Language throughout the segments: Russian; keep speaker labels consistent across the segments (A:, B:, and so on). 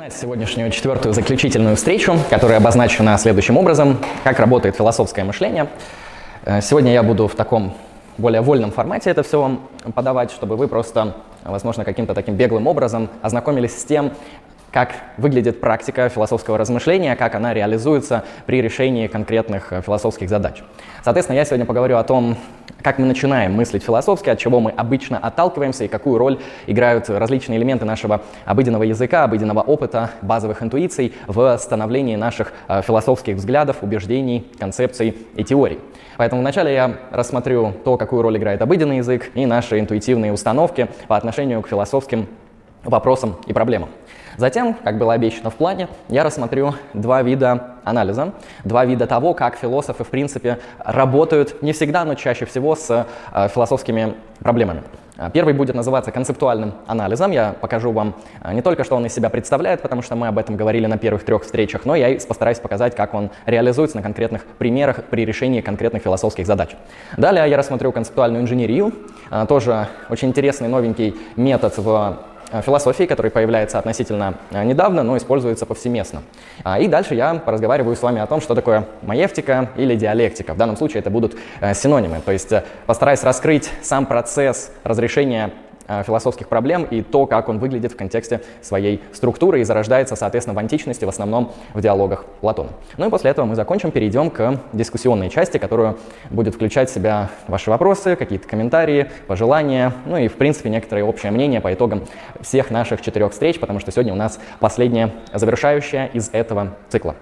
A: начинать сегодняшнюю четвертую заключительную встречу, которая обозначена следующим образом: как работает философское мышление. Сегодня я буду в таком более вольном формате это все вам подавать, чтобы вы просто, возможно, каким-то таким беглым образом ознакомились с тем, как выглядит практика философского размышления, как она реализуется при решении конкретных философских задач. Соответственно, я сегодня поговорю о том, как мы начинаем мыслить философски, от чего мы обычно отталкиваемся и какую роль играют различные элементы нашего обыденного языка, обыденного опыта, базовых интуиций в становлении наших философских взглядов, убеждений, концепций и теорий. Поэтому вначале я рассмотрю то, какую роль играет обыденный язык и наши интуитивные установки по отношению к философским вопросам и проблемам. Затем, как было обещано в плане, я рассмотрю два вида анализа, два вида того, как философы, в принципе, работают не всегда, но чаще всего с философскими проблемами. Первый будет называться концептуальным анализом. Я покажу вам не только, что он из себя представляет, потому что мы об этом говорили на первых трех встречах, но я и постараюсь показать, как он реализуется на конкретных примерах при решении конкретных философских задач. Далее я рассмотрю концептуальную инженерию, тоже очень интересный новенький метод в философии, который появляется относительно недавно, но используется повсеместно. И дальше я поразговариваю с вами о том, что такое маевтика или диалектика. В данном случае это будут синонимы, то есть постараюсь раскрыть сам процесс разрешения философских проблем и то, как он выглядит в контексте своей структуры и зарождается, соответственно, в античности, в основном в диалогах Платона. Ну и после этого мы закончим, перейдем к дискуссионной части, которая будет включать в себя ваши вопросы, какие-то комментарии, пожелания, ну и, в принципе, некоторое общее мнение по итогам всех наших 4 встреч, потому что сегодня у нас последняя, завершающая из этого цикла.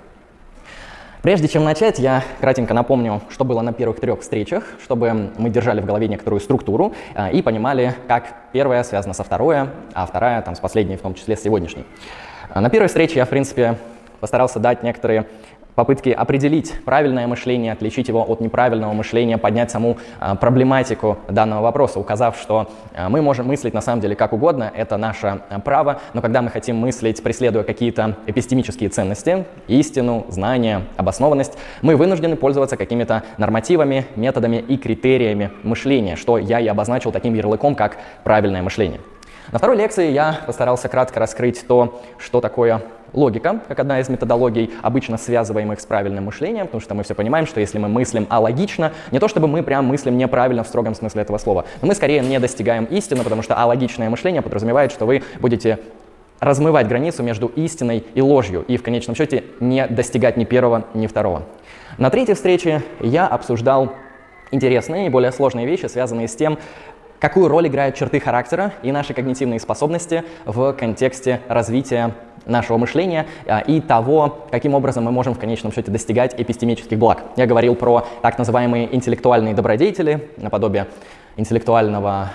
A: Прежде чем начать, я кратенько напомню, что было на первых 3 встречах, чтобы мы держали в голове некоторую структуру и понимали, как первая связана со второй, а вторая там, с последней, в том числе с сегодняшней. На первой встрече я, в принципе, постарался дать некоторые попытки определить правильное мышление, отличить его от неправильного мышления, поднять саму проблематику данного вопроса, указав, что мы можем мыслить на самом деле как угодно, это наше право, но когда мы хотим мыслить, преследуя какие-то эпистемические ценности, истину, знания, обоснованность, мы вынуждены пользоваться какими-то нормативами, методами и критериями мышления, что я и обозначил таким ярлыком, как правильное мышление. На второй лекции я постарался кратко раскрыть то, что такое логика, как одна из методологий, обычно связываемых с правильным мышлением, потому что мы все понимаем, что если мы мыслим алогично, не то чтобы мы прям мыслим неправильно в строгом смысле этого слова, но мы скорее не достигаем истины, потому что алогичное мышление подразумевает, что вы будете размывать границу между истиной и ложью, и в конечном счете не достигать ни первого, ни второго. На третьей встрече я обсуждал интересные и более сложные вещи, связанные с тем, какую роль играют черты характера и наши когнитивные способности в контексте развития нашего мышления и того, каким образом мы можем в конечном счете достигать эпистемических благ. Я говорил про так называемые интеллектуальные добродетели, наподобие интеллектуальной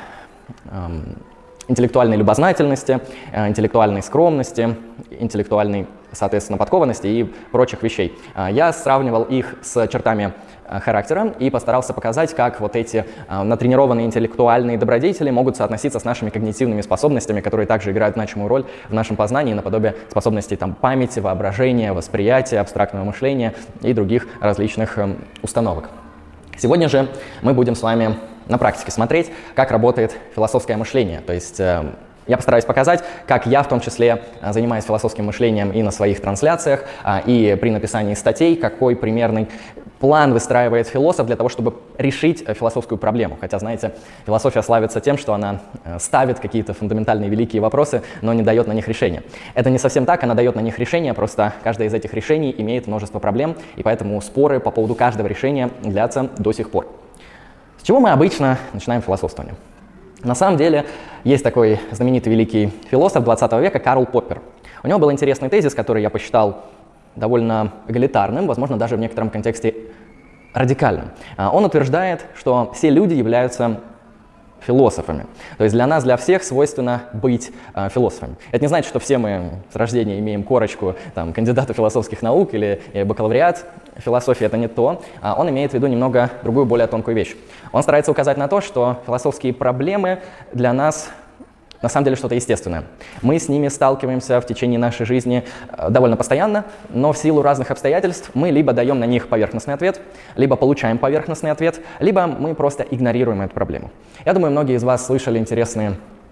A: любознательности, интеллектуальной скромности, интеллектуальной, соответственно, подкованности и прочих вещей. Я сравнивал их с чертами характера и постарался показать, как вот эти натренированные интеллектуальные добродетели могут соотноситься с нашими когнитивными способностями, которые также играют значимую роль в нашем познании, наподобие способностей памяти, воображения, восприятия, абстрактного мышления и других различных установок. Сегодня же мы будем с вами на практике смотреть, как работает философское мышление, то есть я постараюсь показать, как я в том числе занимаюсь философским мышлением и на своих трансляциях, и при написании статей, какой примерный план выстраивает философ для того, чтобы решить философскую проблему. Хотя, знаете, философия славится тем, что она ставит какие-то фундаментальные великие вопросы, но не дает на них решения. Это не совсем так, она дает на них решения, просто каждое из этих решений имеет множество проблем, и поэтому споры по поводу каждого решения длятся до сих пор. С чего мы обычно начинаем философствование? На самом деле, есть такой знаменитый великий философ 20 века Карл Поппер. У него был интересный тезис, который я посчитал довольно эгалитарным, возможно, даже в некотором контексте радикальным. Он утверждает, что все люди являются философами. То есть для нас, для всех свойственно быть философами. Это не значит, что все мы с рождения имеем корочку кандидата философских наук или бакалавриат. Философия — это не то. Он имеет в виду немного другую, более тонкую вещь. Он старается указать на то, что философские проблемы для нас на самом деле что-то естественное. Мы с ними сталкиваемся в течение нашей жизни довольно постоянно, но в силу разных обстоятельств мы либо даем на них поверхностный ответ, либо получаем поверхностный ответ, либо мы просто игнорируем эту проблему. Я думаю, многие из вас слышали интересные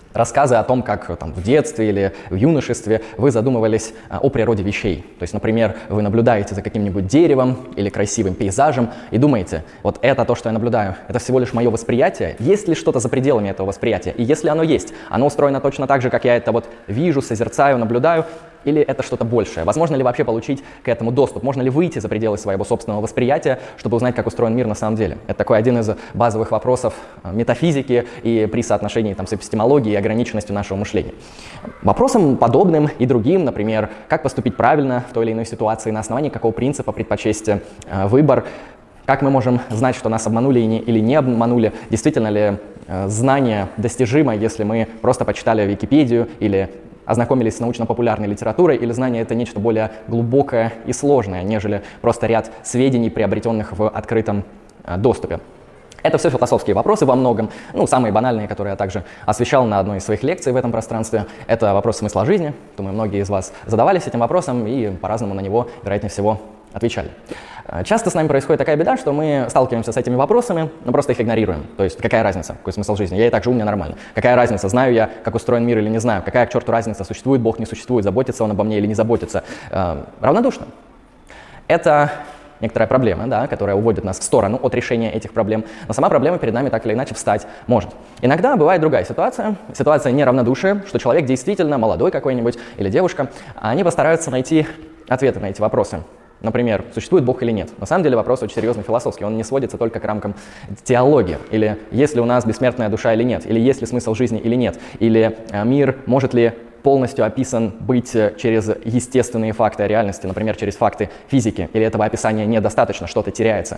A: рассказы о том, как там, в детстве или в юношестве вы задумывались о природе вещей. То есть, например, вы наблюдаете за каким-нибудь деревом или красивым пейзажем и думаете, вот это то, что я наблюдаю, это всего лишь мое восприятие, есть ли что-то за пределами этого восприятия? И если оно есть, оно устроено точно так же, как я это вот вижу, созерцаю, наблюдаю, или это что-то большее? Возможно ли вообще получить к этому доступ? Можно ли выйти за пределы своего собственного восприятия, чтобы узнать, как устроен мир на самом деле? Это такой один из базовых вопросов метафизики и при соотношении там, с эпистемологией и ограниченностью нашего мышления. Вопросам подобным и другим, например, как поступить правильно в той или иной ситуации, на основании какого принципа предпочесть выбор, как мы можем знать, что нас обманули или не обманули, действительно ли знание достижимо, если мы просто почитали Википедию или ознакомились с научно-популярной литературой, или знание — это нечто более глубокое и сложное, нежели просто ряд сведений, приобретенных в открытом доступе. Это все философские вопросы во многом, самые банальные, которые я также освещал на одной из своих лекций в этом пространстве. Это вопрос смысла жизни. Думаю, многие из вас задавались этим вопросом и по-разному на него, вероятнее всего, отвечали. Часто с нами происходит такая беда, что мы сталкиваемся с этими вопросами, но просто их игнорируем. То есть какая разница, какой смысл жизни? Я и так живу, мне нормально. Какая разница, знаю я, как устроен мир или не знаю? Какая к черту разница, существует Бог, не существует, заботится он обо мне или не заботится? Равнодушно. Это некоторая проблема, да, которая уводит нас в сторону от решения этих проблем, но сама проблема перед нами так или иначе встать может. Иногда бывает другая ситуация неравнодушия, что человек действительно молодой какой-нибудь или девушка, они постараются найти ответы на эти вопросы. Например, существует Бог или нет? На самом деле вопрос очень серьезный, философский, он не сводится только к рамкам теологии, или есть ли у нас бессмертная душа или нет, или есть ли смысл жизни или нет, или мир может ли полностью описан быть через естественные факты реальности, например, через факты физики, или этого описания недостаточно, что-то теряется.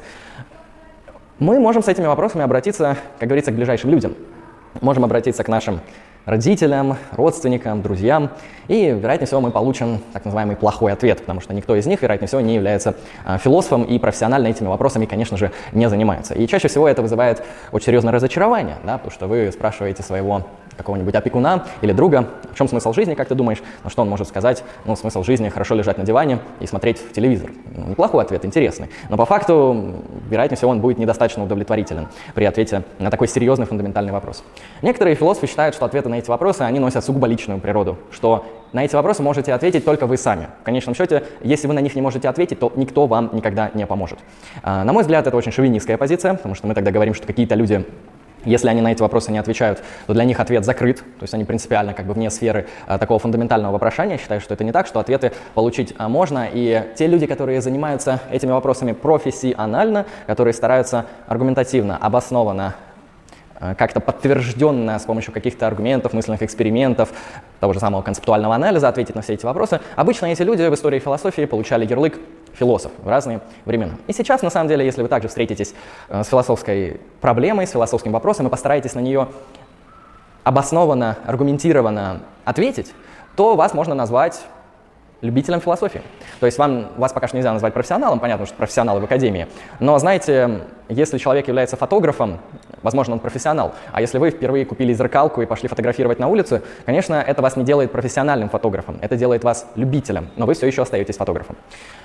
A: Мы можем с этими вопросами обратиться, как говорится, к ближайшим людям. Можем обратиться к нашим родителям, родственникам, друзьям, и, вероятнее всего, мы получим так называемый плохой ответ, потому что никто из них, вероятнее всего, не является философом и профессионально этими вопросами, конечно же, не занимается. И чаще всего это вызывает очень серьезное разочарование, да, потому что вы спрашиваете своего какого-нибудь опекуна или друга, в чем смысл жизни, как ты думаешь, на что он может сказать, смысл жизни — хорошо лежать на диване и смотреть телевизор. Неплохой ответ, интересный, но по факту, вероятнее всего, он будет недостаточно удовлетворителен при ответе на такой серьезный фундаментальный вопрос. Некоторые философы считают, что ответы на эти вопросы, они носят сугубо личную природу, что на эти вопросы можете ответить только вы сами. В конечном счете, если вы на них не можете ответить, то никто вам никогда не поможет. На мой взгляд, это очень шовинистская позиция, потому что мы тогда говорим, что какие-то люди, если они на эти вопросы не отвечают, то для них ответ закрыт, то есть они принципиально вне сферы такого фундаментального вопрошания. Я считаю, что это не так, что ответы получить можно, и те люди, которые занимаются этими вопросами профессионально, которые стараются аргументативно, обоснованно, как-то подтвержденно с помощью каких-то аргументов, мысленных экспериментов, того же самого концептуального анализа ответить на все эти вопросы. Обычно эти люди в истории философии получали ярлык философ в разные времена. И сейчас, на самом деле, если вы также встретитесь с философской проблемой, с философским вопросом и постараетесь на нее обоснованно, аргументированно ответить, то вас можно назвать любителем философии. То есть вас пока что нельзя назвать профессионалом, понятно, что профессионалы в академии, но знаете, если человек является фотографом, возможно, он профессионал, а если вы впервые купили зеркалку и пошли фотографировать на улице, конечно, это вас не делает профессиональным фотографом, это делает вас любителем, но вы все еще остаетесь фотографом.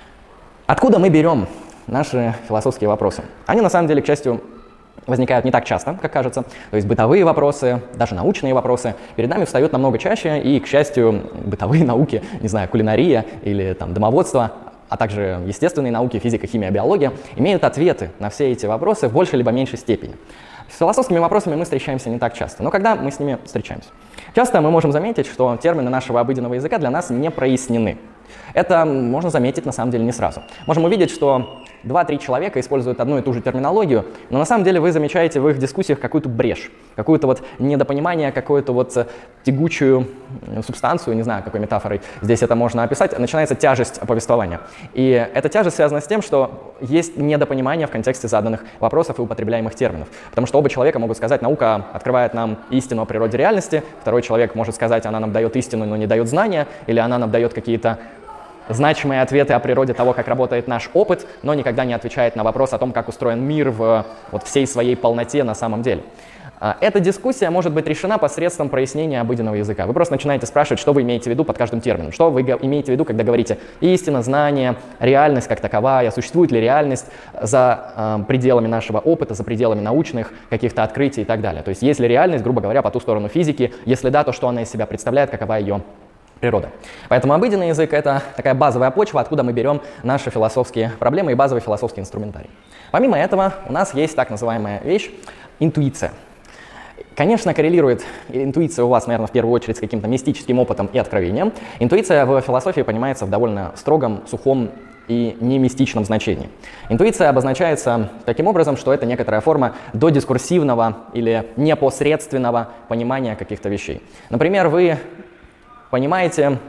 A: Откуда мы берем наши философские вопросы? Они, на самом деле, к счастью, возникают не так часто, как кажется. То есть бытовые вопросы, даже научные вопросы перед нами встают намного чаще, и, к счастью, бытовые науки, не знаю, кулинария или домоводство, а также естественные науки, физика, химия, биология, имеют ответы на все эти вопросы в большей либо меньшей степени. С философскими вопросами мы встречаемся не так часто, но когда мы с ними встречаемся? Часто мы можем заметить, что термины нашего обыденного языка для нас не прояснены. Это можно заметить на самом деле не сразу. Можем увидеть, что 2-3 человека используют одну и ту же терминологию, но на самом деле вы замечаете в их дискуссиях какую-то брешь, какое-то недопонимание, какую-то тягучую субстанцию, не знаю, какой метафорой здесь это можно описать, начинается тяжесть повествования. И эта тяжесть связана с тем, что есть недопонимание в контексте заданных вопросов и употребляемых терминов. Потому что оба человека могут сказать, наука открывает нам истину о природе реальности, второй человек может сказать, она нам дает истину, но не дает знания, или она нам дает какие-то значимые ответы о природе того, как работает наш опыт, но никогда не отвечает на вопрос о том, как устроен мир в всей своей полноте на самом деле. Эта дискуссия может быть решена посредством прояснения обыденного языка. Вы просто начинаете спрашивать, что вы имеете в виду под каждым термином. Что вы имеете в виду, когда говорите истина, знание, реальность как таковая, существует ли реальность за пределами нашего опыта, за пределами научных каких-то открытий и так далее. То есть есть ли реальность, грубо говоря, по ту сторону физики, если да, то что она из себя представляет, какова ее природа. Поэтому обыденный язык — это такая базовая почва, откуда мы берем наши философские проблемы и базовый философский инструментарий. Помимо этого у нас есть так называемая вещь — интуиция. Конечно, коррелирует интуиция у вас, наверное, в первую очередь с каким-то мистическим опытом и откровением. Интуиция в философии понимается в довольно строгом, сухом и не мистичном значении. Интуиция обозначается таким образом, что это некоторая форма додискурсивного или непосредственного понимания каких-то вещей. Например, вы понимаете,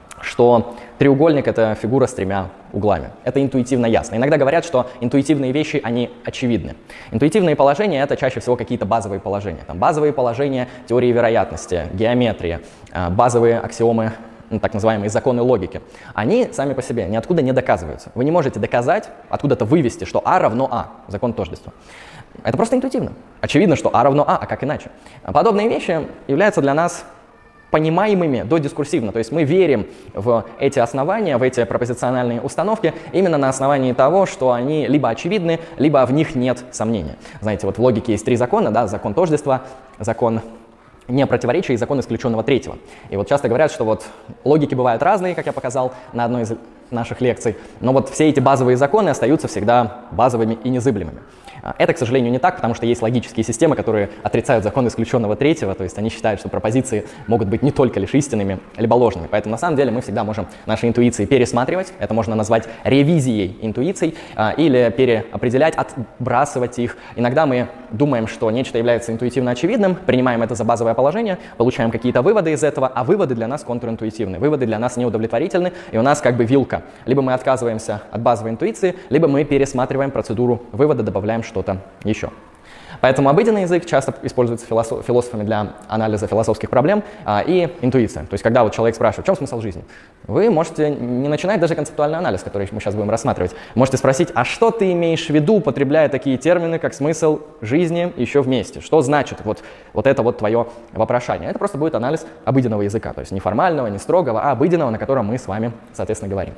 A: что треугольник — это фигура с тремя углами. Это интуитивно ясно. Иногда говорят, что интуитивные вещи, они очевидны. Интуитивные положения — это чаще всего какие-то базовые положения. Там базовые положения теории вероятности, геометрии, базовые аксиомы, так называемые законы логики. Они сами по себе ниоткуда не доказываются. Вы не можете доказать, откуда-то вывести, что А равно А, закон тождества. Это просто интуитивно. Очевидно, что А равно А как иначе? Подобные вещи являются для нас понимаемыми додискурсивно, то есть мы верим в эти основания, в эти пропозициональные установки именно на основании того, что они либо очевидны, либо в них нет сомнения. Знаете, вот в логике есть три закона, да, закон тождества, закон непротиворечия и закон исключенного третьего. И вот часто говорят, что вот логики бывают разные, как я показал на одной из наших лекций, но вот все эти базовые законы остаются всегда базовыми и незыблемыми. Это, к сожалению, не так, потому что есть логические системы, которые отрицают закон исключенного третьего, то есть они считают, что пропозиции могут быть не только лишь истинными, либо ложными. Поэтому на самом деле мы всегда можем наши интуиции пересматривать, это можно назвать ревизией интуиций, или переопределять, отбрасывать их. Иногда мы думаем, что нечто является интуитивно очевидным, принимаем это за базовое положение, получаем какие-то выводы из этого, а выводы для нас контринтуитивны, выводы для нас неудовлетворительны, и у нас как бы вилка. Либо мы отказываемся от базовой интуиции, либо мы пересматриваем процедуру вывода, добавляем что-то еще. Поэтому обыденный язык часто используется философами для анализа философских проблем и интуиция. То есть, когда вот человек спрашивает, в чем смысл жизни, вы можете не начинать даже концептуальный анализ, который мы сейчас будем рассматривать. Можете спросить, а что ты имеешь в виду, употребляя такие термины, как смысл жизни еще вместе? Что значит вот это вот твое вопрошание? Это просто будет анализ обыденного языка, то есть не формального, не строгого, а обыденного, на котором мы с вами, соответственно, говорим.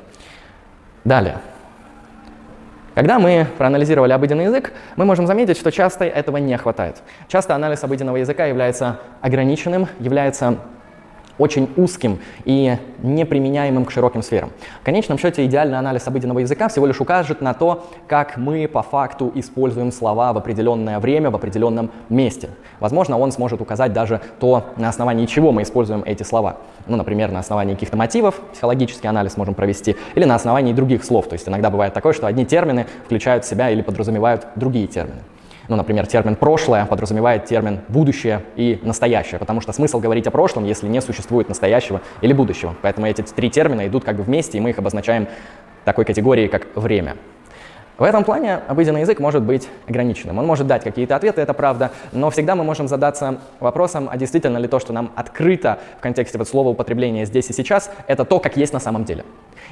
A: Далее. Когда мы проанализировали обыденный язык, мы можем заметить, что часто этого не хватает. Часто анализ обыденного языка является ограниченным, является очень узким и неприменяемым к широким сферам. В конечном счете, идеальный анализ обыденного языка всего лишь укажет на то, как мы по факту используем слова в определенное время, в определенном месте. Возможно, он сможет указать даже то, на основании чего мы используем эти слова. Ну, например, на основании каких-то мотивов психологический анализ можем провести, или на основании других слов. То есть иногда бывает такое, что одни термины включают в себя или подразумевают другие термины. Ну, например, термин «прошлое» подразумевает термин «будущее» и «настоящее», потому что смысл говорить о прошлом, если не существует настоящего или будущего. Поэтому эти три термина идут как бы вместе, и мы их обозначаем такой категорией, как «время». В этом плане обыденный язык может быть ограниченным. Он может дать какие-то ответы, это правда, но всегда мы можем задаться вопросом, а действительно ли то, что нам открыто в контексте вот слова употребления здесь и сейчас, это то, как есть на самом деле.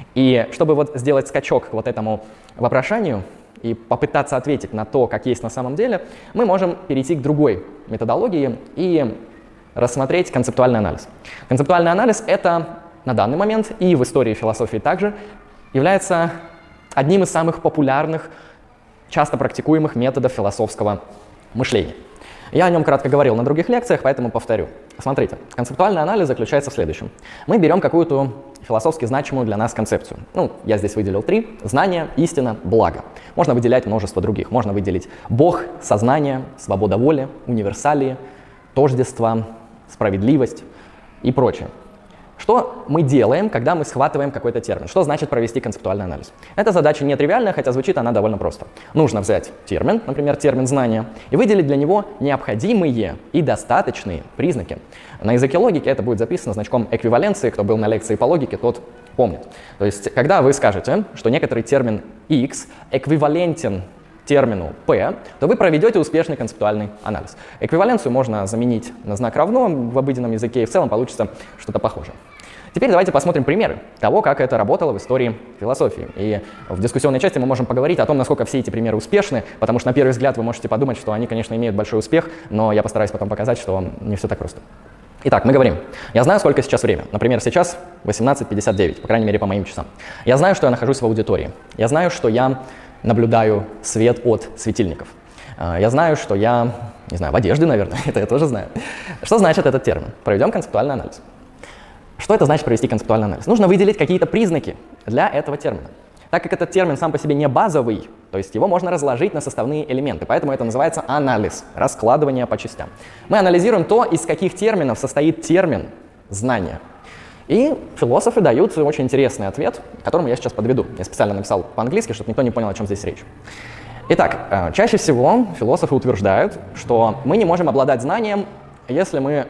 A: И чтобы вот сделать скачок к вот этому вопрошанию, и попытаться ответить на то, как есть на самом деле, мы можем перейти к другой методологии и рассмотреть концептуальный анализ. Концептуальный анализ — это на данный момент и в истории философии также является одним из самых популярных, часто практикуемых методов философского мышления. Я о нем кратко говорил на других лекциях, поэтому повторю. Смотрите, концептуальный анализ заключается в следующем. Мы берем какую-то философски значимую для нас концепцию. Ну, я здесь выделил три: знание, истина, благо. Можно выделять множество других. Можно выделить Бог, сознание, свобода воли, универсалии, тождество, справедливость и прочее. Что мы делаем, когда мы схватываем какой-то термин? Что значит провести концептуальный анализ? Эта задача нетривиальная, хотя звучит она довольно просто. Нужно взять термин, например, термин знания, и выделить для него необходимые и достаточные признаки. На языке логики это будет записано значком эквиваленции. Кто был на лекции по логике, тот помнит. То есть, когда вы скажете, что некоторый термин X эквивалентен термину P, то вы проведете успешный концептуальный анализ. Эквиваленцию можно заменить на знак равно в обыденном языке, и в целом получится что-то похожее. Теперь давайте посмотрим примеры того, как это работало в истории философии. И в дискуссионной части мы можем поговорить о том, насколько все эти примеры успешны, потому что на первый взгляд вы можете подумать, что они, конечно, имеют большой успех, но я постараюсь потом показать, что не все так просто. Итак, мы говорим, я знаю, сколько сейчас время. Например, сейчас 18:59, по крайней мере, по моим часам. Я знаю, что я нахожусь в аудитории. Я знаю, что я наблюдаю свет от светильников. Я знаю, что я, не знаю, в одежде, наверное, это я тоже знаю. Что значит этот термин? Проведем концептуальный анализ. Что это значит провести концептуальный анализ? Нужно выделить какие-то признаки для этого термина. Так как этот термин сам по себе не базовый, то есть его можно разложить на составные элементы, поэтому это называется анализ, раскладывание по частям. Мы анализируем то, из каких терминов состоит термин «знание». И философы дают очень интересный ответ, к которому я сейчас подведу. Я специально написал по-английски, чтобы никто не понял, о чем здесь речь. Итак, чаще всего философы утверждают, что мы не можем обладать знанием, если мы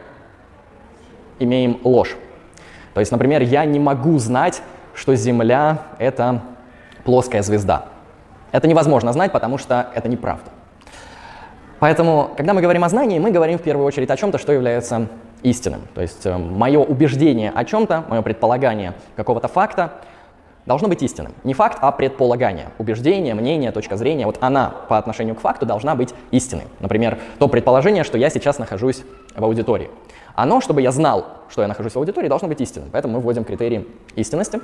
A: имеем ложь. То есть, например, я не могу знать, что Земля — это плоская звезда. Это невозможно знать, потому что это неправда. Поэтому, когда мы говорим о знании, мы говорим в первую очередь о чем-то, что является истинным. То есть мое убеждение о чем-то, мое предполагание какого-то факта должно быть истинным. Не факт, а предполагание. Убеждение, мнение, точка зрения, вот она по отношению к факту должна быть истинной. Например, то предположение, что я сейчас нахожусь в аудитории. Оно, чтобы я знал, что я нахожусь в аудитории, должно быть истинным. Поэтому мы вводим критерии истинности.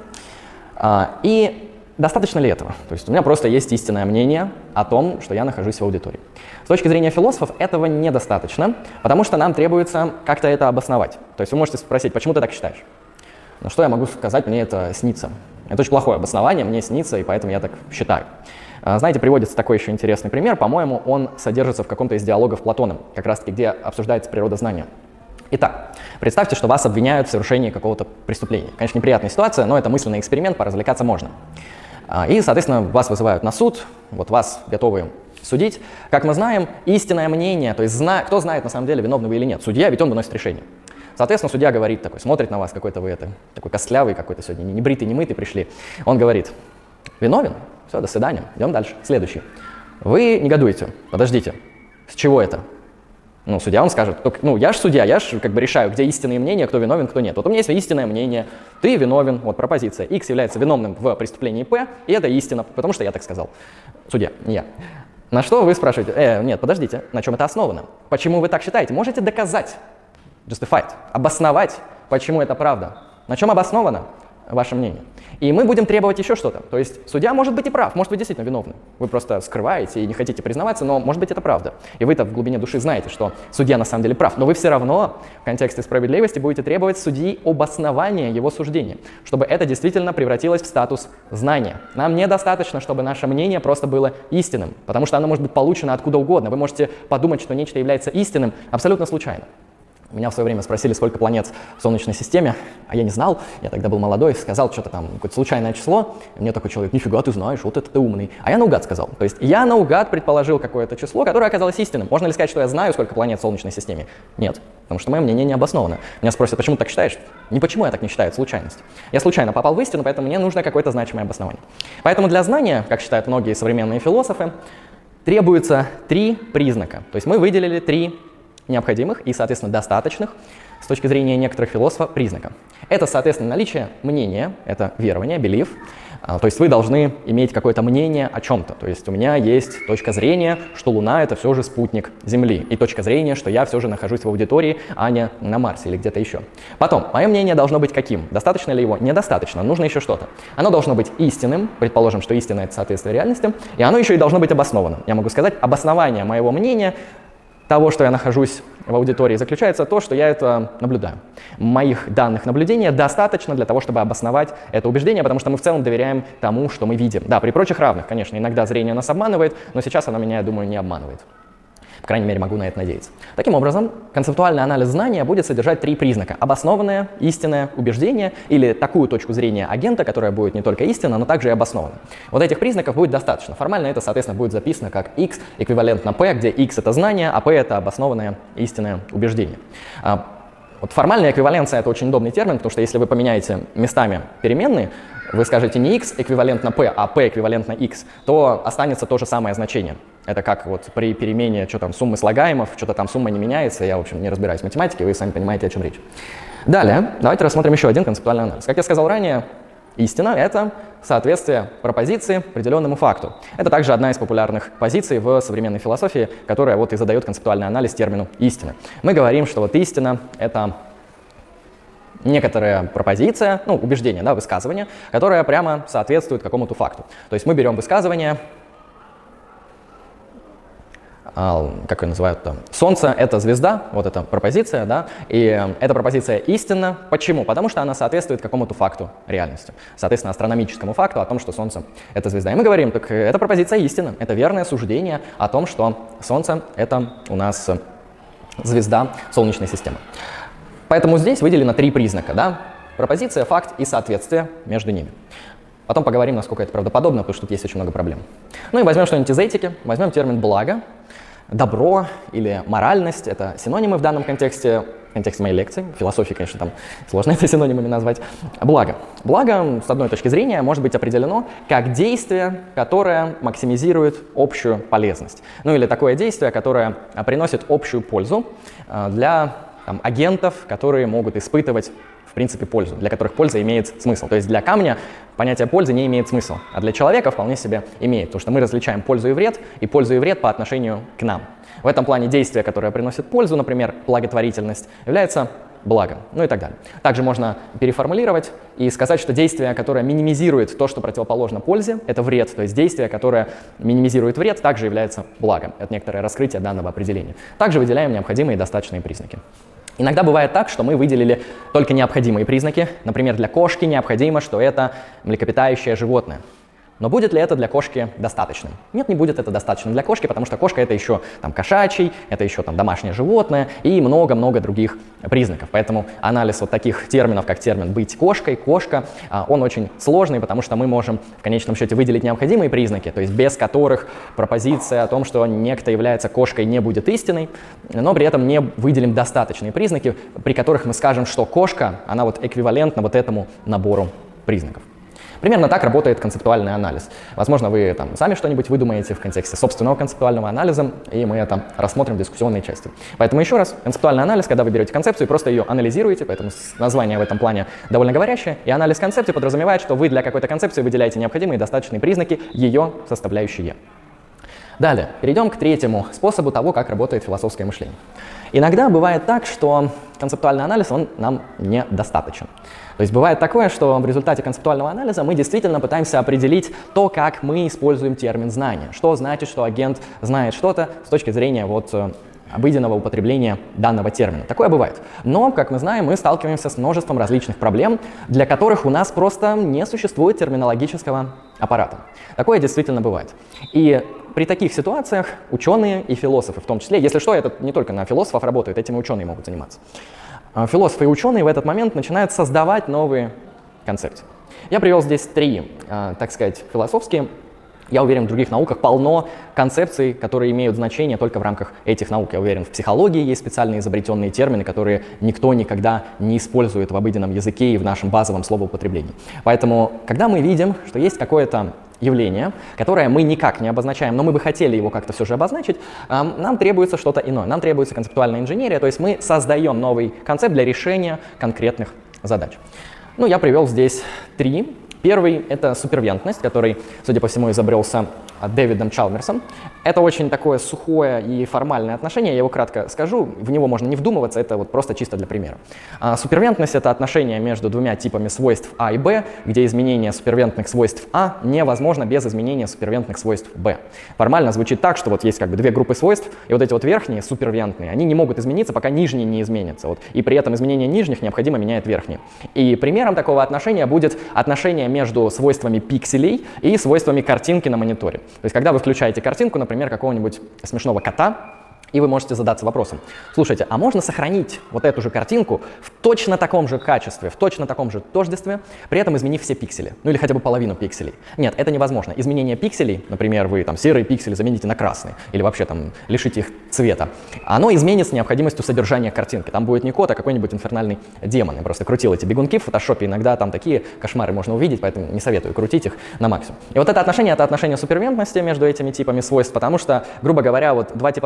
A: И достаточно ли этого? То есть у меня просто есть истинное мнение о том, что я нахожусь в аудитории. С точки зрения философов этого недостаточно, потому что нам требуется как-то это обосновать. То есть вы можете спросить, почему ты так считаешь? Ну что я могу сказать, мне это снится. Это очень плохое обоснование, мне снится, и поэтому я так считаю. Знаете, приводится такой еще интересный пример, по-моему, он содержится в каком-то из диалогов Платоном, как раз-таки, где обсуждается природа знания. Итак, представьте, что вас обвиняют в совершении какого-то преступления. Конечно, неприятная ситуация, но это мысленный эксперимент, поразвлекаться можно. И, соответственно, вас вызывают на суд, вот вас готовы судить. Как мы знаем, истинное мнение, то есть кто знает на самом деле, виновны вы или нет. Судья, ведь он выносит решение. Соответственно, судья говорит такой, смотрит на вас, какой-то вы такой костлявый, какой-то сегодня не бритый, не мытый пришли. Он говорит, виновен? Все, до свидания, идем дальше. Следующий. Вы негодуете, подождите, с чего это? Ну, судья, он скажет, я же судья, я же как бы решаю, где истинные мнения, кто виновен, кто нет. Вот у меня есть истинное мнение, ты виновен, вот пропозиция, X является виновным в преступлении P, и это истина, потому что я так сказал. Судья, не я. На что вы спрашиваете, нет, подождите, на чем это основано? Почему вы так считаете? Можете доказать, justified, обосновать, почему это правда. На чем обосновано ваше мнение? И мы будем требовать еще что-то. То есть судья может быть и прав, может вы действительно виновны. Вы просто скрываете и не хотите признаваться, но может быть это правда. И вы-то в глубине души знаете, что судья на самом деле прав. Но вы все равно в контексте справедливости будете требовать судьи обоснования его суждения, чтобы это действительно превратилось в статус знания. Нам недостаточно, чтобы наше мнение просто было истинным, потому что оно может быть получено откуда угодно. Вы можете подумать, что нечто является истинным абсолютно случайно. Меня в свое время спросили, сколько планет в Солнечной системе, а я не знал, я тогда был молодой, сказал что-то там, какое-то случайное число, и мне такой человек, нифига ты знаешь, вот это ты умный, а я наугад сказал. То есть я наугад предположил какое-то число, которое оказалось истинным. Можно ли сказать, что я знаю, сколько планет в Солнечной системе? Нет, потому что мое мнение не обосновано. Меня спросят, почему ты так считаешь? Не почему я так не считаю, это случайность. Я случайно попал в истину, поэтому мне нужно какое-то значимое обоснование. Поэтому для знания, как считают многие современные философы, требуется 3 признака. То есть мы выделили 3 необходимых и, соответственно, достаточных с точки зрения некоторых философов признаков. Это, соответственно, наличие мнения, это верование, belief, то есть вы должны иметь какое-то мнение о чем-то. То есть у меня есть точка зрения, что Луна — это все же спутник Земли, и точка зрения, что я все же нахожусь в аудитории, а не на Марсе или где-то еще. Потом, мое мнение должно быть каким? Достаточно ли его? Недостаточно, нужно еще что-то. Оно должно быть истинным, предположим, что истина — это соответствие реальности, и оно еще и должно быть обоснованным. Я могу сказать, обоснование моего мнения того, что я нахожусь в аудитории, заключается в том, что я это наблюдаю. Моих данных наблюдения достаточно для того, чтобы обосновать это убеждение, потому что мы в целом доверяем тому, что мы видим. Да, при прочих равных, конечно, иногда зрение нас обманывает, но сейчас оно меня, я думаю, не обманывает. По крайней мере, могу на это надеяться. Таким образом, концептуальный анализ знания будет содержать 3 признака. Обоснованное, истинное убеждение или такую точку зрения агента, которая будет не только истинна, но также и обоснована. Вот этих признаков будет достаточно. Формально это, соответственно, будет записано как X эквивалентно P, где X — это знание, а P — это обоснованное истинное убеждение. Вот формальная эквиваленция — это очень удобный термин, потому что если вы поменяете местами переменные, вы скажете не x эквивалентно p, а p эквивалентно x, то останется то же самое значение. Это как вот при перемене суммы слагаемых, что-то там сумма не меняется, я, в общем, не разбираюсь в математике, вы сами понимаете, о чем речь. Далее, давайте рассмотрим еще один концептуальный анализ. Как я сказал ранее, истина — это соответствие пропозиции определенному факту. Это также одна из популярных позиций в современной философии, которая вот и задает концептуальный анализ термину «истина». Мы говорим, что вот истина — это некоторая пропозиция, ну, убеждение, да, высказывание, которое прямо соответствует какому-то факту. То есть мы берем высказывание, как ее называют там, Солнце — это звезда, вот эта пропозиция, да, и эта пропозиция истинна. Почему? Потому что она соответствует какому-то факту реальности, соответственно, астрономическому факту о том, что Солнце — это звезда. И мы говорим, так эта пропозиция истинна, это верное суждение о том, что Солнце — это у нас звезда Солнечной системы. Поэтому здесь выделено 3 признака, да, пропозиция, факт и соответствие между ними. Потом поговорим, насколько это правдоподобно, потому что тут есть очень много проблем. Ну и возьмем что-нибудь из этики, возьмем термин «благо». Добро или моральность — это синонимы в данном контексте, в контексте моей лекции. В философии, конечно, там сложно это синонимами назвать. Благо. Благо, с одной точки зрения, может быть определено как действие, которое максимизирует общую полезность. Ну или такое действие, которое приносит общую пользу для агентов, которые могут испытывать в принципе пользу, для которых польза имеет смысл. То есть для камня понятие пользы не имеет смысла, а для человека вполне себе имеет, потому что мы различаем пользу и вред по отношению к нам. В этом плане действие, которое приносит пользу, например, благотворительность, является благом, ну и так далее. Также можно переформулировать и сказать, что действие, которое минимизирует то, что противоположно пользе, это вред. То есть действие, которое минимизирует вред, также является благом. Это некоторое раскрытие данного определения. Также выделяем необходимые и достаточные признаки. Иногда бывает так, что мы выделили только необходимые признаки. Например, для кошки необходимо, что это млекопитающее животное. Но будет ли это для кошки достаточным? Нет, не будет это достаточным для кошки, потому что кошка — это еще кошачий, это еще домашнее животное и много-много других признаков. Поэтому анализ вот таких терминов, как термин «быть кошкой», «кошка», он очень сложный, потому что мы можем в конечном счете выделить необходимые признаки, то есть без которых пропозиция о том, что некто является кошкой, не будет истиной, но при этом не выделим достаточные признаки, при которых мы скажем, что кошка, она вот эквивалентна вот этому набору признаков. Примерно так работает концептуальный анализ. Возможно, вы сами что-нибудь выдумаете в контексте собственного концептуального анализа, и мы это рассмотрим в дискуссионной части. Поэтому еще раз, концептуальный анализ, когда вы берете концепцию и просто ее анализируете, поэтому название в этом плане довольно говорящее, и анализ концепции подразумевает, что вы для какой-то концепции выделяете необходимые и достаточные признаки, ее составляющие. Далее, перейдем к третьему способу того, как работает философское мышление. Иногда бывает так, что концептуальный анализ, он нам недостаточен. То есть бывает такое, что в результате концептуального анализа мы действительно пытаемся определить то, как мы используем термин «знание». Что значит, что агент знает что-то с точки зрения обыденного употребления данного термина. Такое бывает. Но, как мы знаем, мы сталкиваемся с множеством различных проблем, для которых у нас просто не существует терминологического аппарата. Такое действительно бывает. И при таких ситуациях ученые и философы в том числе, если что, это не только на философов работает, этим и ученые могут заниматься. Философы и ученые в этот момент начинают создавать новые концепции. Я привел здесь 3, так сказать, философские. Я уверен, в других науках полно концепций, которые имеют значение только в рамках этих наук. Я уверен, в психологии есть специальные изобретенные термины, которые никто никогда не использует в обыденном языке и в нашем базовом словоупотреблении. Поэтому, когда мы видим, что есть какое-то явление, которое мы никак не обозначаем, но мы бы хотели его как-то все же обозначить, нам требуется что-то иное. Нам требуется концептуальная инженерия, то есть мы создаем новый концепт для решения конкретных задач. Я привел здесь 3. Первый — это супервентность, который, судя по всему, изобрелся Дэвидом Чалмерсом. Это очень такое сухое и формальное отношение, я его кратко скажу, в него можно не вдумываться, это просто чисто для примера. Супервентность — это отношение между двумя типами свойств А и Б, где изменение супервентных свойств А невозможно без изменения супервентных свойств Б. Формально звучит так, что есть 2 группы свойств, и эти верхние, супервентные, они не могут измениться, пока нижние не изменятся. И при этом изменение нижних необходимо меняет верхние. И примером такого отношения будет отношение между свойствами пикселей и свойствами картинки на мониторе. То есть, когда вы включаете картинку, например, какого-нибудь смешного кота, и вы можете задаться вопросом: слушайте, а можно сохранить эту же картинку в точно таком же качестве, в точно таком же тождестве, при этом изменив все пиксели, или хотя бы половину пикселей? Нет, это невозможно. Изменение пикселей, например, вы серые пиксели замените на красные, или вообще лишите их цвета, оно изменит с необходимостью содержания картинки. Там будет не кот, а какой-нибудь инфернальный демон. Я просто крутил эти бегунки в фотошопе, иногда там такие кошмары можно увидеть, поэтому не советую крутить их на максимум. И это отношение супервентности между этими типами свойств, потому что, грубо говоря, 2 типа свойств очень тесно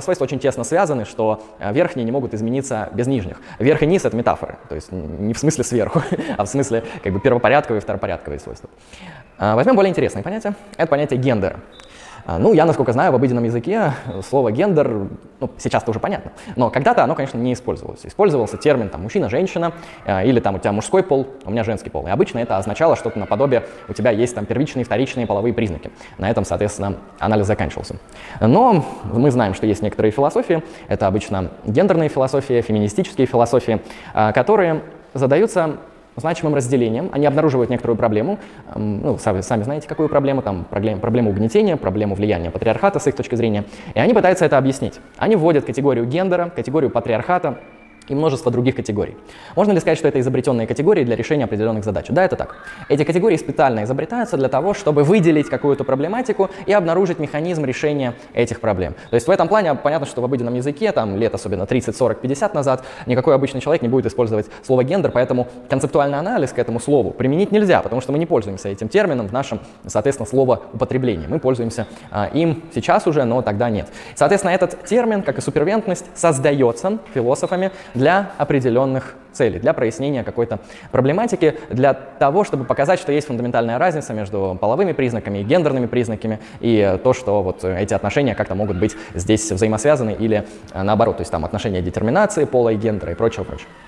A: тесно связаны, что верхние не могут измениться без нижних. Верх и низ — это метафоры, то есть не в смысле сверху, а в смысле как бы первопорядковые и второпорядковые свойства. Возьмем более интересное понятие. Это понятие гендера. Ну, я, насколько знаю, в обыденном языке слово «гендер», ну, сейчас-то уже понятно, но когда-то оно, конечно, не использовалось. Использовался термин там мужчина-женщина, или там у тебя мужской пол, у меня женский пол. И обычно это означало что-то наподобие, у тебя есть там первичные, вторичные половые признаки. На этом, соответственно, анализ заканчивался. Но мы знаем, что есть некоторые философии, это обычно гендерные философии, феминистические философии, которые задаются значимым разделением, они обнаруживают некоторую проблему, ну, сами знаете, какую проблему, там, проблему угнетения, проблему влияния патриархата с их точки зрения, и они пытаются это объяснить. Они вводят категорию гендера, категорию патриархата и множество других категорий. Можно ли сказать, что это изобретенные категории для решения определенных задач? Да, это так. Эти категории специально изобретаются для того, чтобы выделить какую-то проблематику и обнаружить механизм решения этих проблем. То есть в этом плане понятно, что в обыденном языке, там, лет особенно 30, 40, 50 назад, никакой обычный человек не будет использовать слово «гендер», поэтому концептуальный анализ к этому слову применить нельзя, потому что мы не пользуемся этим термином в нашем, соответственно, словоупотреблении. Мы пользуемся им сейчас уже, но тогда нет. Соответственно, этот термин, как и супервентность, создается философами для определенных целей, для прояснения какой-то проблематики, для того, чтобы показать, что есть фундаментальная разница между половыми признаками и гендерными признаками, и то, что вот эти отношения как-то могут быть здесь взаимосвязаны или наоборот, то есть там отношения детерминации пола и гендера и прочего.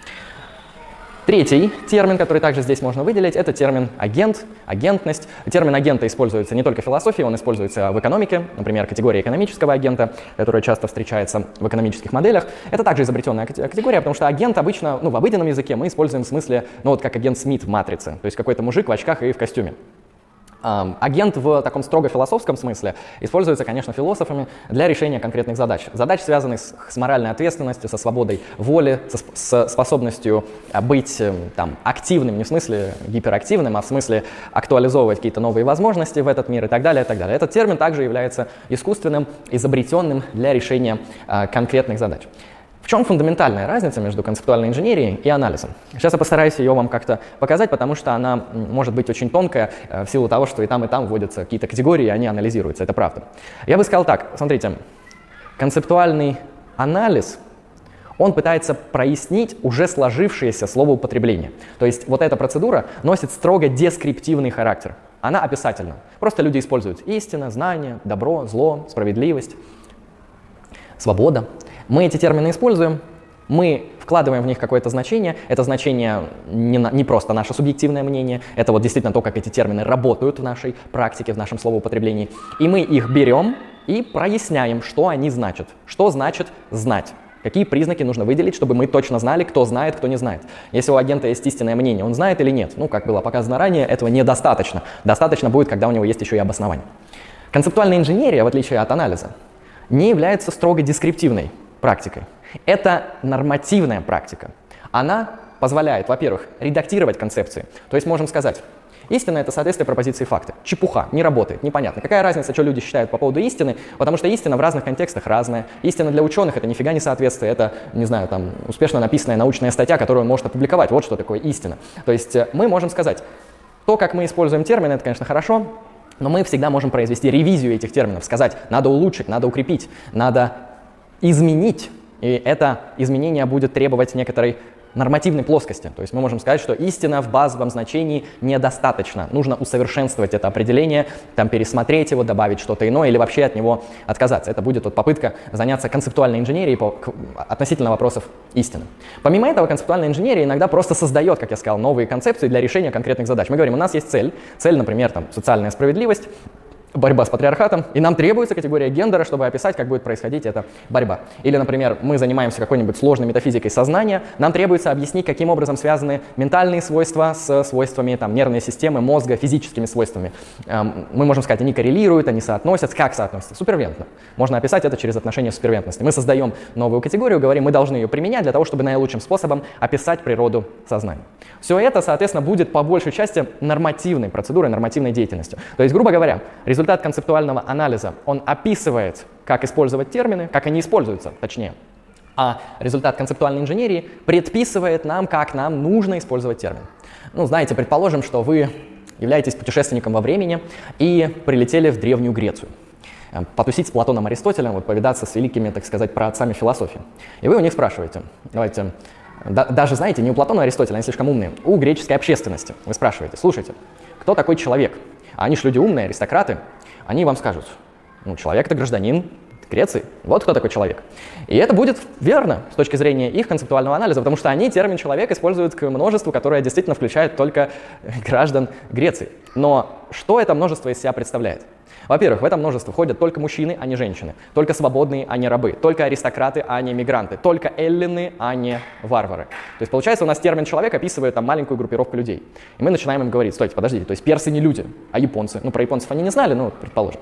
A: Третий термин, который также здесь можно выделить, это термин агент, агентность. Термин агента используется не только в философии, он используется в экономике, например, категория экономического агента, которая часто встречается в экономических моделях. Это также изобретенная категория, потому что агент обычно, ну, в обыденном языке мы используем в смысле, ну, вот как агент Смит в «Матрице», то есть какой-то мужик в очках и в костюме. Агент в таком строго философском смысле используется, конечно, философами для решения конкретных задач. Задач, связанных с моральной ответственностью, со свободой воли, с способностью быть там, активным, не в смысле гиперактивным, а в смысле актуализовывать какие-то новые возможности в этот мир и так далее, и так далее. Этот термин также является искусственным, изобретенным для решения конкретных задач. В чем фундаментальная разница между концептуальной инженерией и анализом? Сейчас я постараюсь ее вам как-то показать, потому что она может быть очень тонкая в силу того, что и там вводятся какие-то категории, и они анализируются, это правда. Я бы сказал так, смотрите, концептуальный анализ, он пытается прояснить уже сложившееся словоупотребление. То есть вот эта процедура носит строго дескриптивный характер. Она описательна. Просто люди используют истина, знание, добро, зло, справедливость, свобода. Мы эти термины используем, мы вкладываем в них какое-то значение. Это значение не просто наше субъективное мнение, это вот действительно то, как эти термины работают в нашей практике, в нашем словоупотреблении. И мы их берем и проясняем, что они значат. Что значит знать? Какие признаки нужно выделить, чтобы мы точно знали, кто знает, кто не знает. Если у агента есть истинное мнение, он знает или нет? Ну, как было показано ранее, этого недостаточно. Достаточно будет, когда у него есть еще и обоснование. Концептуальная инженерия, в отличие от анализа, не является строго дескриптивной практикой. Это нормативная практика. Она позволяет, во-первых, редактировать концепции. То есть можем сказать, истина — это соответствие пропозиции факта. Чепуха, не работает, непонятно. Какая разница, что люди считают по поводу истины, потому что истина в разных контекстах разная. Истина для ученых — это нифига не соответствие, это, не знаю, там, успешно написанная научная статья, которую он может опубликовать. Вот что такое истина. То есть мы можем сказать, то, как мы используем термины, это, конечно, хорошо, но мы всегда можем произвести ревизию этих терминов, сказать, надо улучшить, надо укрепить, надо изменить, и это изменение будет требовать некоторой нормативной плоскости. То есть мы можем сказать, что истина в базовом значении недостаточно. Нужно усовершенствовать это определение, там, пересмотреть его, добавить что-то иное или вообще от него отказаться. Это будет вот попытка заняться концептуальной инженерией относительно вопросов истины. Помимо этого, концептуальная инженерия иногда просто создает, как я сказал, новые концепции для решения конкретных задач. Мы говорим, у нас есть цель, например, там, социальная справедливость, борьба с патриархатом, и нам требуется категория гендера, чтобы описать, как будет происходить эта борьба. Или, например, мы занимаемся какой-нибудь сложной метафизикой сознания, нам требуется объяснить, каким образом связаны ментальные свойства с свойствами там, нервной системы, мозга, физическими свойствами. Мы можем сказать, они коррелируют, они соотносятся. Как соотносятся? Супервентно. Можно описать это через отношение супервентности. Мы создаем новую категорию, говорим, мы должны ее применять для того, чтобы наилучшим способом описать природу сознания. Все это, соответственно, будет по большей части нормативной процедурой, нормативной деятельностью. То есть, грубо говоря, результат концептуального анализа, он описывает, как использовать термины, как они используются, точнее. А результат концептуальной инженерии предписывает нам, как нам нужно использовать термин. Ну, знаете, предположим, что вы являетесь путешественником во времени и прилетели в Древнюю Грецию. потусить с Платоном, Аристотелем, вот, повидаться с великими, так сказать, праотцами философии. И вы у них спрашиваете, давайте, даже, знаете, не у Платона и Аристотеля, они слишком умные, у греческой общественности. Вы спрашиваете, слушайте, кто такой человек? А они же люди умные, аристократы. Они вам скажут, ну, человек — это гражданин Греции. Вот кто такой человек. И это будет верно с точки зрения их концептуального анализа, потому что они термин «человек» используют к множеству, которое действительно включает только граждан Греции. Но что это множество из себя представляет? Во-первых, в это множество входят только мужчины, а не женщины, только свободные, а не рабы, только аристократы, а не мигранты, только эллины, а не варвары. То есть, получается, у нас термин «человек» описывает там маленькую группировку людей. И мы начинаем им говорить, стойте, подождите, то есть персы не люди, а японцы. Ну, про японцев они не знали, ну, предположим.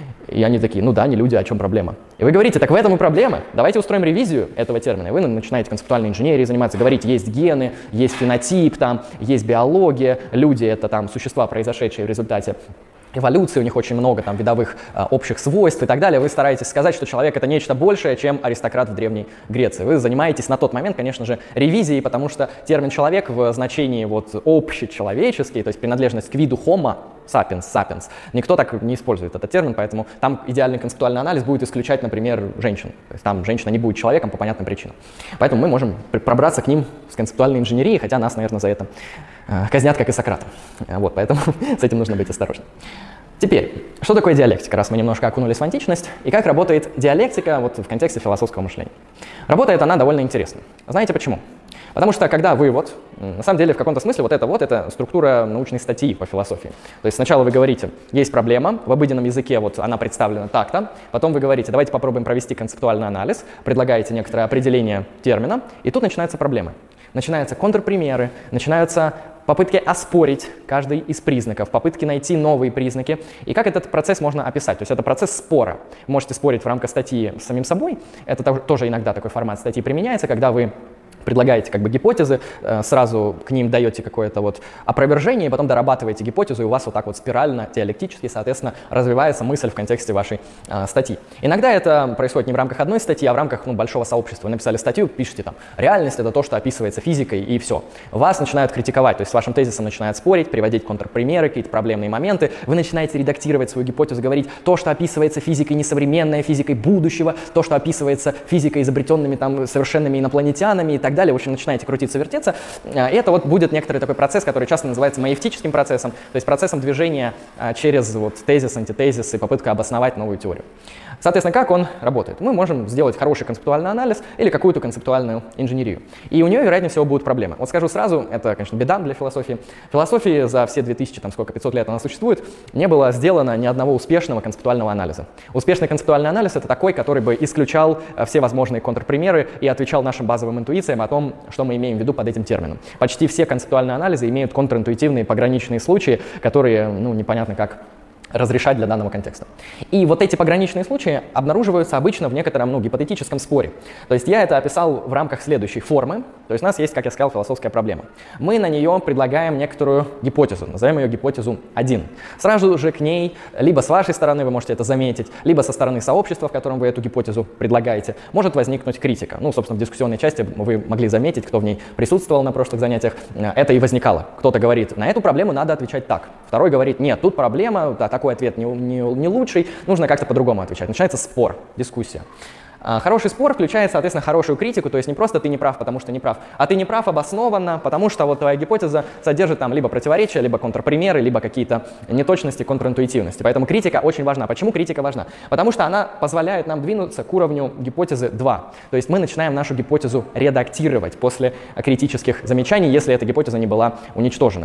A: И они такие, ну да, не люди, о чем проблема? И вы говорите, так в этом и проблема. Давайте устроим ревизию этого термина. И вы начинаете концептуальной инженерией заниматься, говорить, есть гены, есть фенотип, там, есть биология, люди — это там существа, произошедшие в результате эволюции, у них очень много там видовых общих свойств и так далее. Вы стараетесь сказать, что человек — это нечто большее, чем аристократ в Древней Греции. Вы занимаетесь на тот момент, конечно же, ревизией, потому что термин «человек» в значении вот общечеловеческий, то есть принадлежность к виду homo sapiens, никто так не использует этот термин, поэтому там идеальный концептуальный анализ будет исключать, например, женщин. То есть там женщина не будет человеком по понятным причинам. Поэтому мы можем пробраться к ним с концептуальной инженерией, хотя нас, наверное, за это казнят, как и Сократа. Вот, поэтому с этим нужно быть осторожным. Теперь, что такое диалектика, раз мы немножко окунулись в античность, и как работает диалектика вот в контексте философского мышления? Работает она довольно интересно. Знаете почему? Потому что когда вывод, на самом деле в каком-то смысле вот это структура научной статьи по философии. То есть сначала вы говорите, есть проблема, в обыденном языке вот она представлена так-то, потом вы говорите, давайте попробуем провести концептуальный анализ, предлагаете некоторое определение термина, и тут начинаются проблемы. Начинаются контрпримеры, начинаются попытки оспорить каждый из признаков, попытки найти новые признаки. И как этот процесс можно описать? То есть это процесс спора. Вы можете спорить в рамках статьи с самим собой. Это тоже иногда такой формат статьи применяется, когда вы предлагаете как бы гипотезы, сразу к ним даете какое-то вот опровержение, и потом дорабатываете гипотезу, и у вас вот так вот спирально, диалектически, соответственно, развивается мысль в контексте вашей статьи. Иногда это происходит не в рамках одной статьи, а в рамках большого сообщества. Вы написали статью, пишете там, реальность — это то, что описывается физикой, и все. Вас начинают критиковать, то есть с вашим тезисом начинают спорить, приводить контрпримеры, какие-то проблемные моменты. Вы начинаете редактировать свою гипотезу, говорить, то, что описывается физикой несовременной, физикой будущего, то, что описывается физикой, изобретенными там совершенными инопланетянами и так далее. В общем, начинаете крутиться, вертеться. И это вот будет некоторый такой процесс, который часто называется маевтическим процессом, то есть процессом движения через вот тезис, антитезис и попытка обосновать новую теорию. Соответственно, как он работает? Мы можем сделать хороший концептуальный анализ или какую-то концептуальную инженерию. И у нее, вероятнее всего, будут проблемы. Вот скажу сразу, это, конечно, беда для философии. В философии за все 500 лет она существует, не было сделано ни одного успешного концептуального анализа. Успешный концептуальный анализ — это такой, который бы исключал все возможные контрпримеры и отвечал нашим базовым интуициям о том, что мы имеем в виду под этим термином. Почти все концептуальные анализы имеют контринтуитивные пограничные случаи, которые, непонятно как разрешать для данного контекста. И вот эти пограничные случаи обнаруживаются обычно в некотором гипотетическом споре. То есть я это описал в рамках следующей формы. То есть у нас есть, как я сказал, философская проблема. Мы на нее предлагаем некоторую гипотезу, назовем ее гипотезу 1. Сразу же к ней, либо с вашей стороны, вы можете это заметить, либо со стороны сообщества, в котором вы эту гипотезу предлагаете, может возникнуть критика. Собственно, в дискуссионной части вы могли заметить, кто в ней присутствовал на прошлых занятиях, это и возникало. Кто-то говорит, на эту проблему надо отвечать так. Второй говорит, нет, тут проблема, такой ответ не лучший, нужно как-то по-другому отвечать. Начинается спор, дискуссия. Хороший спор включает, соответственно, хорошую критику, то есть не просто ты не прав, потому что не прав, а ты не прав обоснованно, потому что вот твоя гипотеза содержит там либо противоречия, либо контрпримеры, либо какие-то неточности, контринтуитивности. Поэтому критика очень важна. Почему критика важна? Потому что она позволяет нам двинуться к уровню гипотезы 2. То есть мы начинаем нашу гипотезу редактировать после критических замечаний, если эта гипотеза не была уничтожена.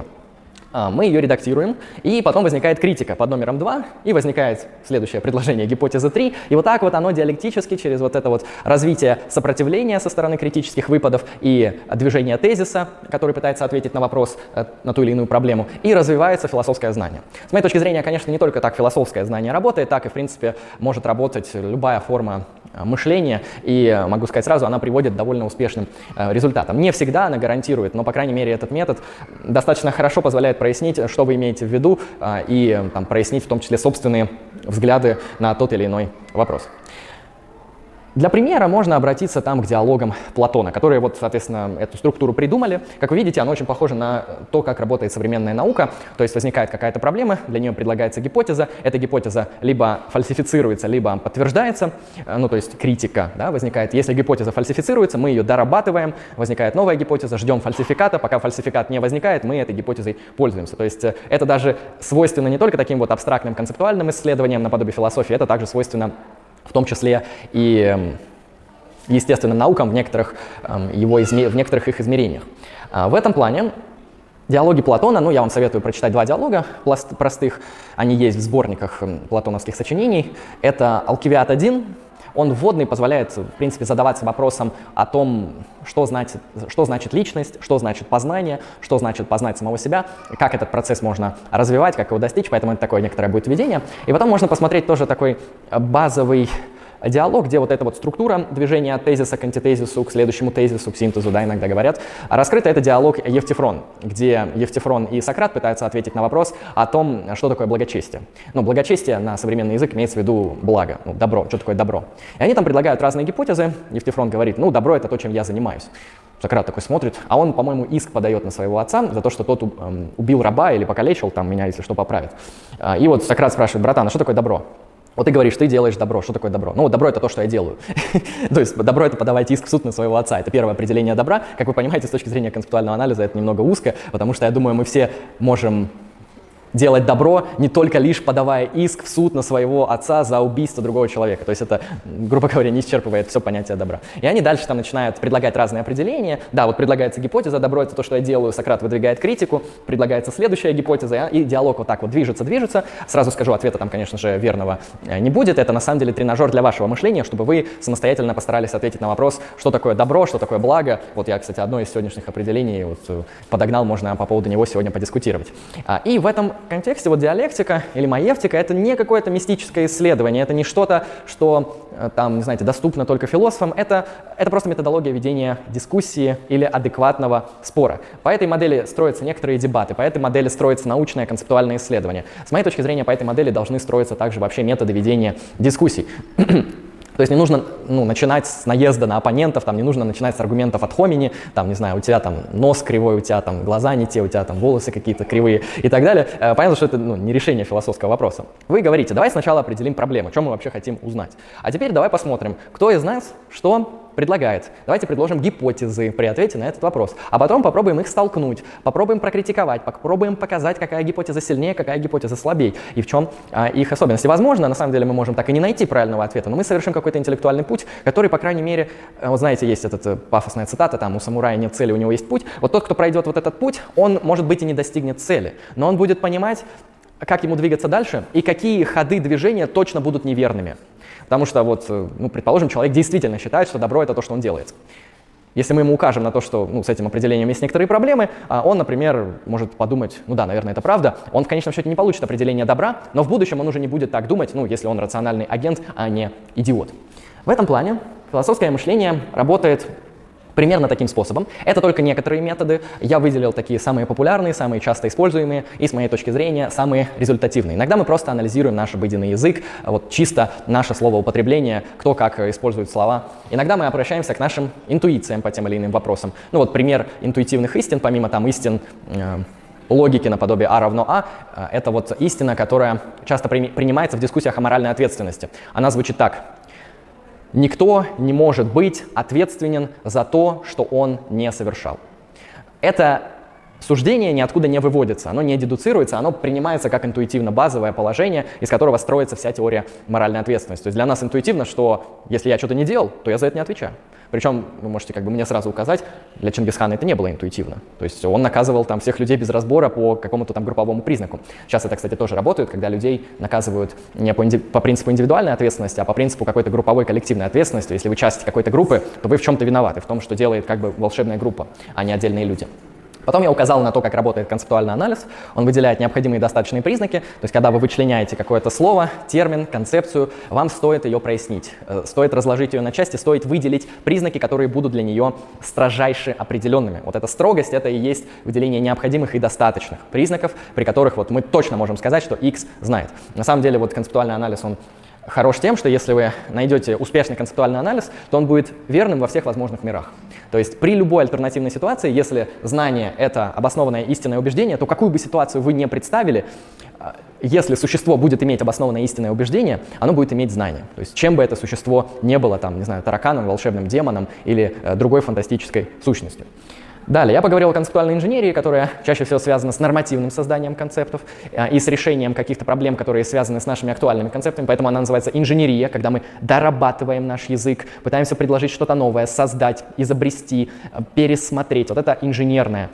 A: Мы ее редактируем, и потом возникает критика под номером 2, и возникает следующее предложение гипотезы 3, и вот так вот оно диалектически через вот это вот развитие сопротивления со стороны критических выпадов и движение тезиса, который пытается ответить на вопрос, на ту или иную проблему, и развивается философское знание. С моей точки зрения, конечно, не только так философское знание работает, так и, в принципе, может работать любая форма мышления, и, могу сказать сразу, она приводит к довольно успешным результатам. Не всегда она гарантирует, но, по крайней мере, этот метод достаточно хорошо позволяет прояснить, что вы имеете в виду, и прояснить в том числе собственные взгляды на тот или иной вопрос. Для примера можно обратиться там к диалогам Платона, которые вот, соответственно, эту структуру придумали. Как вы видите, оно очень похоже на то, как работает современная наука. То есть возникает какая-то проблема, для нее предлагается гипотеза. Эта гипотеза либо фальсифицируется, либо подтверждается. Ну, то есть критика, да, возникает. Если гипотеза фальсифицируется, мы ее дорабатываем, возникает новая гипотеза, ждем фальсификата. Пока фальсификат не возникает, мы этой гипотезой пользуемся. То есть это даже свойственно не только таким вот абстрактным концептуальным исследованиям наподобие философии, это также свойственно в том числе и естественным наукам в некоторых их измерениях. В этом плане диалоги Платона, ну, я вам советую прочитать два диалога простых, они есть в сборниках платоновских сочинений. Это «Алкивиад-1», он вводный, позволяет, в принципе, задаваться вопросом о том, что значит личность, что значит познание, что значит познать самого себя, как этот процесс можно развивать, как его достичь, поэтому это такое некоторое будет введение. И потом можно посмотреть тоже такой базовый диалог, где вот эта вот структура движения от тезиса к антитезису, к следующему тезису, к синтезу, да, иногда говорят. А раскрыто это диалог Евтифрон, где Евтифрон и Сократ пытаются ответить на вопрос о том, что такое благочестие. Ну, благочестие на современный язык имеется в виду благо, ну, добро, что такое добро. И они там предлагают разные гипотезы. Евтифрон говорит, ну, добро — это то, чем я занимаюсь. Сократ такой смотрит, а он, по-моему, иск подает на своего отца за то, что тот убил раба или покалечил, там, меня, если что, поправит. И вот Сократ спрашивает, братан, а что такое добро? Вот ты говоришь, ты делаешь добро. Что такое добро? Ну, добро — это то, что я делаю. То есть добро — это подавать иск в суд на своего отца. Это первое определение добра. Как вы понимаете, с точки зрения концептуального анализа это немного узко, потому что, я думаю, мы все можем делать добро, не только лишь подавая иск в суд на своего отца за убийство другого человека. То есть это, грубо говоря, не исчерпывает все понятие добра. И они дальше там начинают предлагать разные определения. Да, вот предлагается гипотеза, добро — это то, что я делаю, Сократ выдвигает критику, предлагается следующая гипотеза, и диалог вот так вот движется. Сразу скажу, ответа там, конечно же, верного не будет. Это на самом деле тренажер для вашего мышления, чтобы вы самостоятельно постарались ответить на вопрос, что такое добро, что такое благо. Вот я, кстати, одно из сегодняшних определений вот подогнал, можно по поводу него сегодня подискутировать. И в этом контексте вот диалектика или маевтика — это не какое-то мистическое исследование, это не что-то, что там, не знаете, доступно только философам, это просто методология ведения дискуссии или адекватного спора. По этой модели строятся некоторые дебаты, по этой модели строится научное концептуальное исследование. С моей точки зрения, по этой модели должны строиться также вообще методы ведения дискуссий. То есть не нужно начинать с наезда на оппонентов, там, не нужно начинать с аргументов от хомини, там, не знаю, у тебя там нос кривой, у тебя там глаза не те, у тебя там волосы какие-то кривые и так далее. Понятно, что это не решение философского вопроса. Вы говорите, давай сначала определим проблему, что мы вообще хотим узнать. А теперь давай посмотрим, кто из нас что предлагает. Давайте предложим гипотезы при ответе на этот вопрос, а потом попробуем их столкнуть, попробуем прокритиковать, попробуем показать, какая гипотеза сильнее, какая гипотеза слабее и в чем их особенности. Возможно, на самом деле мы можем так и не найти правильного ответа, но мы совершим какой-то интеллектуальный путь, который, по крайней мере, вот знаете, есть эта пафосная цитата, там, у самурая нет цели, у него есть путь. Вот тот, кто пройдет вот этот путь, он, может быть, и не достигнет цели, но он будет понимать, как ему двигаться дальше и какие ходы движения точно будут неверными. Потому что, вот, предположим, человек действительно считает, что добро — это то, что он делает. Если мы ему укажем на то, что с этим определением есть некоторые проблемы, он, например, может подумать, ну да, наверное, это правда, он в конечном счете не получит определение добра, но в будущем он уже не будет так думать, если он рациональный агент, а не идиот. В этом плане философское мышление работает примерно таким способом. Это только некоторые методы. Я выделил такие самые популярные, самые часто используемые и, с моей точки зрения, самые результативные. Иногда мы просто анализируем наш обыденный язык, вот чисто наше словоупотребление, кто как использует слова. Иногда мы обращаемся к нашим интуициям по тем или иным вопросам. Ну вот пример интуитивных истин, помимо там истин логики наподобие А равно А, это вот истина, которая часто принимается в дискуссиях о моральной ответственности. Она звучит так. Никто не может быть ответственен за то, что он не совершал. Это суждение ниоткуда не выводится, оно не дедуцируется, оно принимается как интуитивно базовое положение, из которого строится вся теория моральной ответственности. То есть для нас интуитивно, что если я что-то не делал, то я за это не отвечаю. Причем вы можете мне сразу указать, для Чингисхана это не было интуитивно. То есть он наказывал там всех людей без разбора по какому-то там групповому признаку. Сейчас это, кстати, тоже работает, когда людей наказывают не по принципу индивидуальной ответственности, а по принципу какой-то групповой коллективной ответственности. Если вы часть какой-то группы, то вы в чем-то виноваты, в том, что делает волшебная группа, а не отдельные люди. Потом я указал на то, как работает концептуальный анализ. Он выделяет необходимые достаточные признаки. То есть, когда вы вычленяете какое-то слово, термин, концепцию, вам стоит ее прояснить. Стоит разложить ее на части, стоит выделить признаки, которые будут для нее строжайше определенными. Вот эта строгость — это и есть выделение необходимых и достаточных признаков, при которых мы точно можем сказать, что X знает. На самом деле, концептуальный анализ, он хорош тем, что если вы найдете успешный концептуальный анализ, то он будет верным во всех возможных мирах. То есть при любой альтернативной ситуации, если знание — это обоснованное истинное убеждение, то какую бы ситуацию вы не представили, если существо будет иметь обоснованное истинное убеждение, оно будет иметь знание. То есть чем бы это существо не было, там, не знаю, тараканом, волшебным демоном или другой фантастической сущностью. Далее, я поговорил о концептуальной инженерии, которая чаще всего связана с нормативным созданием концептов и с решением каких-то проблем, которые связаны с нашими актуальными концептами, поэтому она называется инженерия, когда мы дорабатываем наш язык, пытаемся предложить что-то новое, создать, изобрести, пересмотреть. Вот это инженерное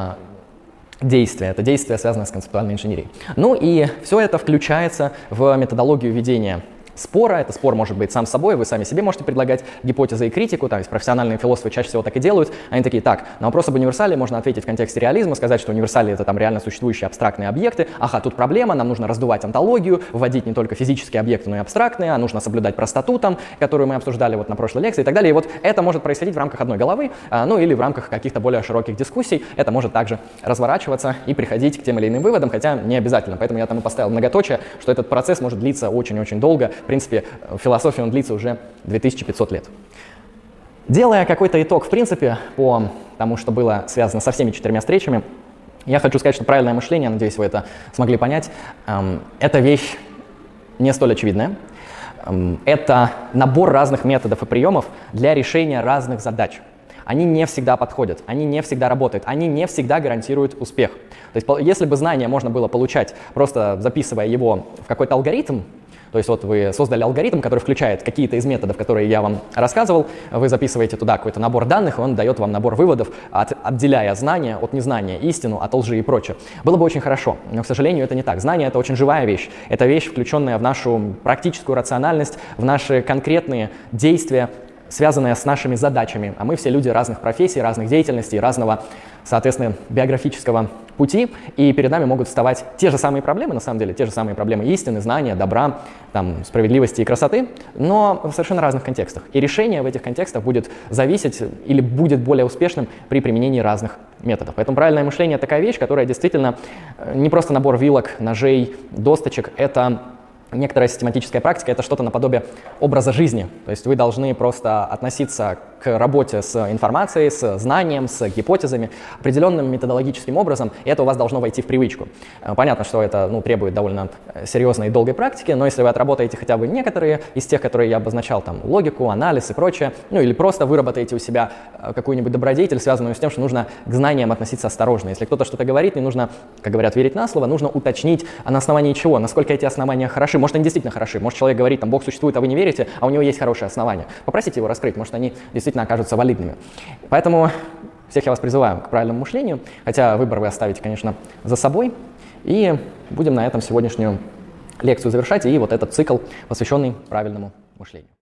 A: действие, это действие, связанное с концептуальной инженерией. Ну и все это включается в методологию ведения спора. Это спор может быть сам с собой, вы сами себе можете предлагать гипотезы и критику, то есть профессиональные философы чаще всего так и делают. Они такие: так, на вопрос об универсале можно ответить в контексте реализма, сказать, что универсали — это там реально существующие абстрактные объекты. Ага, тут проблема, нам нужно раздувать онтологию, вводить не только физические объекты, но и абстрактные, а нужно соблюдать простоту, там, которую мы обсуждали вот на прошлой лекции и так далее. И вот это может происходить в рамках одной головы, ну или в рамках каких-то более широких дискуссий. Это может также разворачиваться и приходить к тем или иным выводам, хотя не обязательно. Поэтому я там и поставил многоточие, что этот процесс может длиться очень-очень долго. В принципе, в философии он длится уже 2500 лет. Делая какой-то итог, в принципе, по тому, что было связано со всеми 4 встречами, я хочу сказать, что правильное мышление, надеюсь, вы это смогли понять, это вещь не столь очевидная. Это набор разных методов и приемов для решения разных задач. Они не всегда подходят, они не всегда работают, они не всегда гарантируют успех. То есть если бы знание можно было получать, просто записывая его в какой-то алгоритм, то есть вот вы создали алгоритм, который включает какие-то из методов, которые я вам рассказывал, вы записываете туда какой-то набор данных, и он дает вам набор выводов, отделяя знание от незнания, истину от лжи и прочее. Было бы очень хорошо, но, к сожалению, это не так. Знание — это очень живая вещь. Это вещь, включенная в нашу практическую рациональность, в наши конкретные действия, связанные с нашими задачами. А мы все люди разных профессий, разных деятельностей, разного, соответственно, биографического пути, и перед нами могут вставать те же самые проблемы, на самом деле, те же самые проблемы истины, знания, добра, там, справедливости и красоты, но в совершенно разных контекстах. И решение в этих контекстах будет зависеть или будет более успешным при применении разных методов. Поэтому правильное мышление — такая вещь, которая действительно не просто набор вилок, ножей, досточек, это некоторая систематическая практика, это что-то наподобие образа жизни. То есть вы должны просто относиться к работе с информацией, с знанием, с гипотезами определенным методологическим образом, и это у вас должно войти в привычку. Понятно, что это требует довольно серьезной и долгой практики, но если вы отработаете хотя бы некоторые из тех, которые я обозначал, там, логику, анализ и прочее, или просто выработаете у себя какую-нибудь добродетель, связанную с тем, что нужно к знаниям относиться осторожно. Если кто-то что-то говорит, не нужно, как говорят, верить на слово, нужно уточнить, а на основании чего, насколько эти основания хороши. Может, они действительно хороши, может, человек говорит, там, Бог существует, а вы не верите, а у него есть хорошие основания. Попросите его раскрыть, может, они действительно окажутся валидными. Поэтому всех я вас призываю к правильному мышлению, хотя выбор вы оставите, конечно, за собой. И будем на этом сегодняшнюю лекцию завершать и вот этот цикл, посвященный правильному мышлению.